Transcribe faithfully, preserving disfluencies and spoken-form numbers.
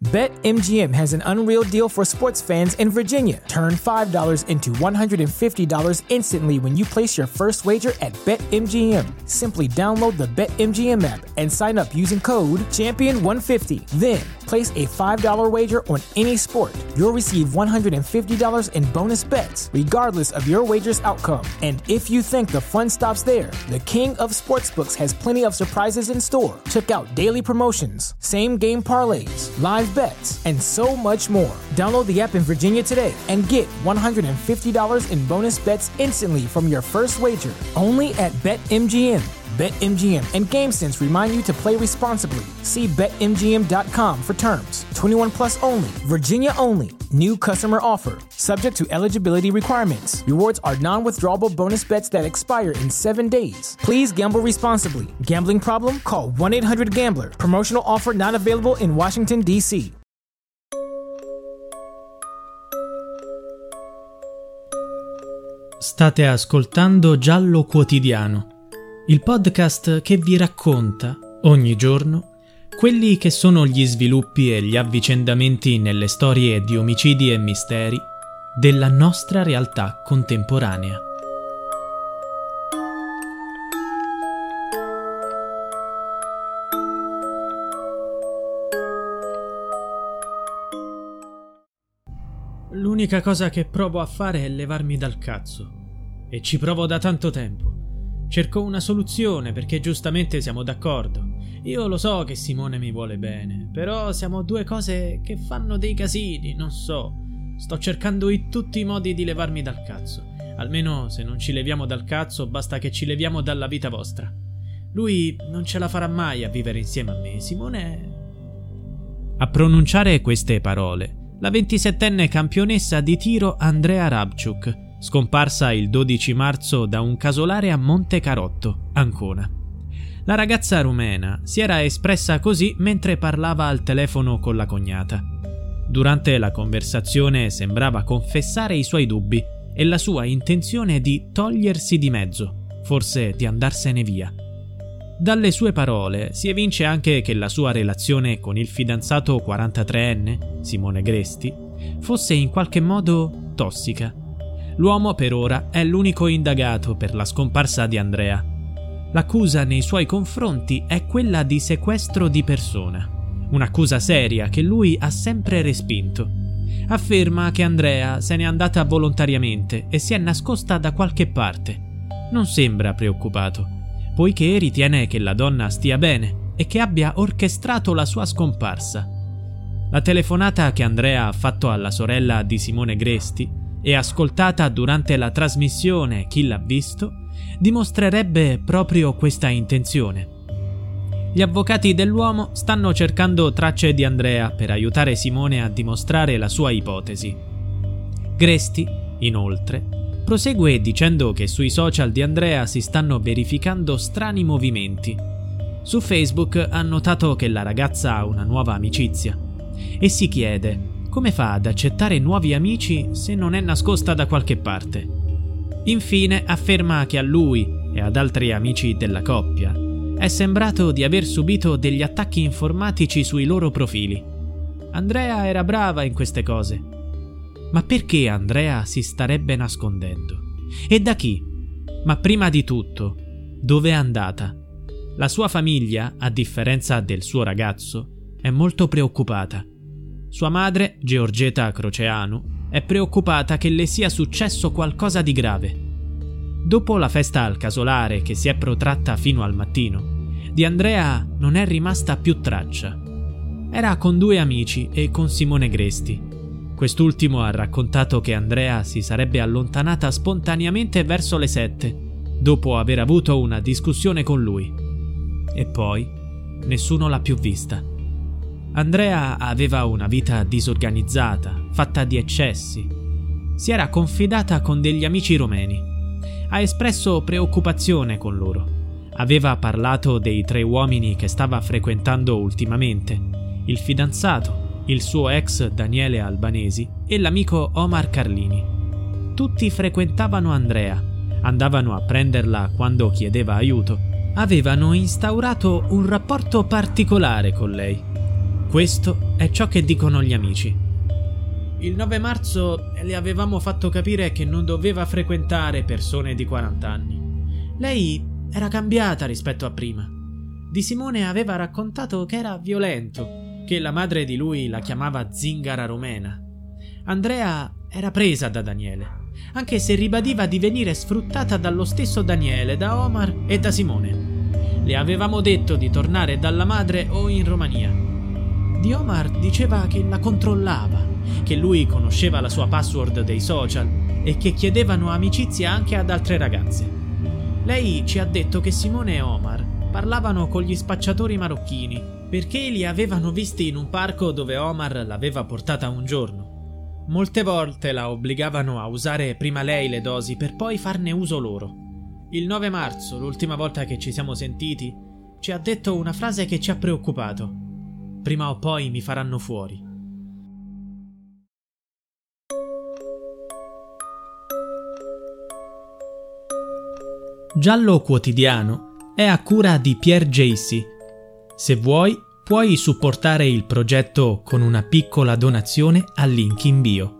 BetMGM has an unreal deal for sports fans in Virginia. Turn five dollars into one hundred fifty dollars instantly when you place your first wager at BetMGM. Simply download the BetMGM app and sign up using code champion one fifty. Then, place a five dollars wager on any sport. You'll receive one hundred fifty dollars in bonus bets, regardless of your wager's outcome. And if you think the fun stops there, the King of Sportsbooks has plenty of surprises in store. Check out daily promotions, same-game parlays, live bets, and so much more. Download the app in Virginia today and get one hundred fifty dollars in bonus bets instantly from your first wager. Only at BetMGM. BetMGM and GameSense remind you to play responsibly. See Bet M G M dot com for terms. twenty-one plus only. Virginia only. New customer offer. Subject to eligibility requirements. Rewards are non-withdrawable bonus bets that expire in seven days. Please gamble responsibly. Gambling problem? Call one eight hundred gambler. Promotional offer not available in Washington, D C State ascoltando Giallo Quotidiano, il podcast che vi racconta, ogni giorno, quelli che sono gli sviluppi e gli avvicendamenti nelle storie di omicidi e misteri della nostra realtà contemporanea. L'unica cosa che provo a fare è levarmi dal cazzo. E ci provo da tanto tempo. Cerco una soluzione perché giustamente siamo d'accordo. Io lo so che Simone mi vuole bene, però siamo due cose che fanno dei casini, non so. Sto cercando in tutti i modi di levarmi dal cazzo. Almeno se non ci leviamo dal cazzo basta che ci leviamo dalla vita vostra. Lui non ce la farà mai a vivere insieme a me. Simone... A pronunciare queste parole la ventisettenne campionessa di tiro Andrea Rabchuk, scomparsa il dodici marzo da un casolare a Monte Carotto, Ancona. La ragazza rumena si era espressa così mentre parlava al telefono con la cognata. Durante la conversazione sembrava confessare i suoi dubbi e la sua intenzione di togliersi di mezzo, forse di andarsene via. Dalle sue parole si evince anche che la sua relazione con il fidanzato quarantatreenne, Simone Gresti, fosse in qualche modo tossica. L'uomo per ora è l'unico indagato per la scomparsa di Andrea. L'accusa nei suoi confronti è quella di sequestro di persona, un'accusa seria che lui ha sempre respinto. Afferma che Andrea se n'è andata volontariamente e si è nascosta da qualche parte. Non sembra preoccupato, poiché ritiene che la donna stia bene e che abbia orchestrato la sua scomparsa. La telefonata che Andrea ha fatto alla sorella di Simone Gresti e ascoltata durante la trasmissione Chi l'ha visto dimostrerebbe proprio questa intenzione. Gli avvocati dell'uomo stanno cercando tracce di Andrea per aiutare Simone a dimostrare la sua ipotesi. Gresti, inoltre, prosegue dicendo che sui social di Andrea si stanno verificando strani movimenti. Su Facebook ha notato che la ragazza ha una nuova amicizia e si chiede come fa ad accettare nuovi amici se non è nascosta da qualche parte. Infine afferma che a lui e ad altri amici della coppia è sembrato di aver subito degli attacchi informatici sui loro profili. Andrea era brava in queste cose. Ma perché Andrea si starebbe nascondendo? E da chi? Ma prima di tutto, dove è andata? La sua famiglia, a differenza del suo ragazzo, è molto preoccupata. Sua madre, Georgeta Croceanu, è preoccupata che le sia successo qualcosa di grave. Dopo la festa al casolare che si è protratta fino al mattino, di Andrea non è rimasta più traccia. Era con due amici e con Simone Gresti. Quest'ultimo ha raccontato che Andrea si sarebbe allontanata spontaneamente verso le sette, dopo aver avuto una discussione con lui. E poi nessuno l'ha più vista. Andrea aveva una vita disorganizzata, fatta di eccessi. Si era confidata con degli amici romeni. Ha espresso preoccupazione con loro. Aveva parlato dei tre uomini che stava frequentando ultimamente: il fidanzato, il suo ex Daniele Albanesi e l'amico Omar Carlini. Tutti frequentavano Andrea, andavano a prenderla quando chiedeva aiuto, avevano instaurato un rapporto particolare con lei. Questo è ciò che dicono gli amici. Il nove marzo le avevamo fatto capire che non doveva frequentare persone di quaranta anni. Lei era cambiata rispetto a prima. Di Simone aveva raccontato che era violento, che la madre di lui la chiamava zingara romena. Andrea era presa da Daniele, anche se ribadiva di venire sfruttata dallo stesso Daniele, da Omar e da Simone. Le avevamo detto di tornare dalla madre o in Romania. Di Omar diceva che la controllava, che lui conosceva la sua password dei social e che chiedevano amicizia anche ad altre ragazze. Lei ci ha detto che Simone e Omar parlavano con gli spacciatori marocchini perché li avevano visti in un parco dove Omar l'aveva portata un giorno. Molte volte la obbligavano a usare prima lei le dosi per poi farne uso loro. Il nove marzo, l'ultima volta che ci siamo sentiti, ci ha detto una frase che ci ha preoccupato: prima o poi mi faranno fuori. Giallo Quotidiano è a cura di Pierre Jacy. Se vuoi, puoi supportare il progetto con una piccola donazione al link in bio.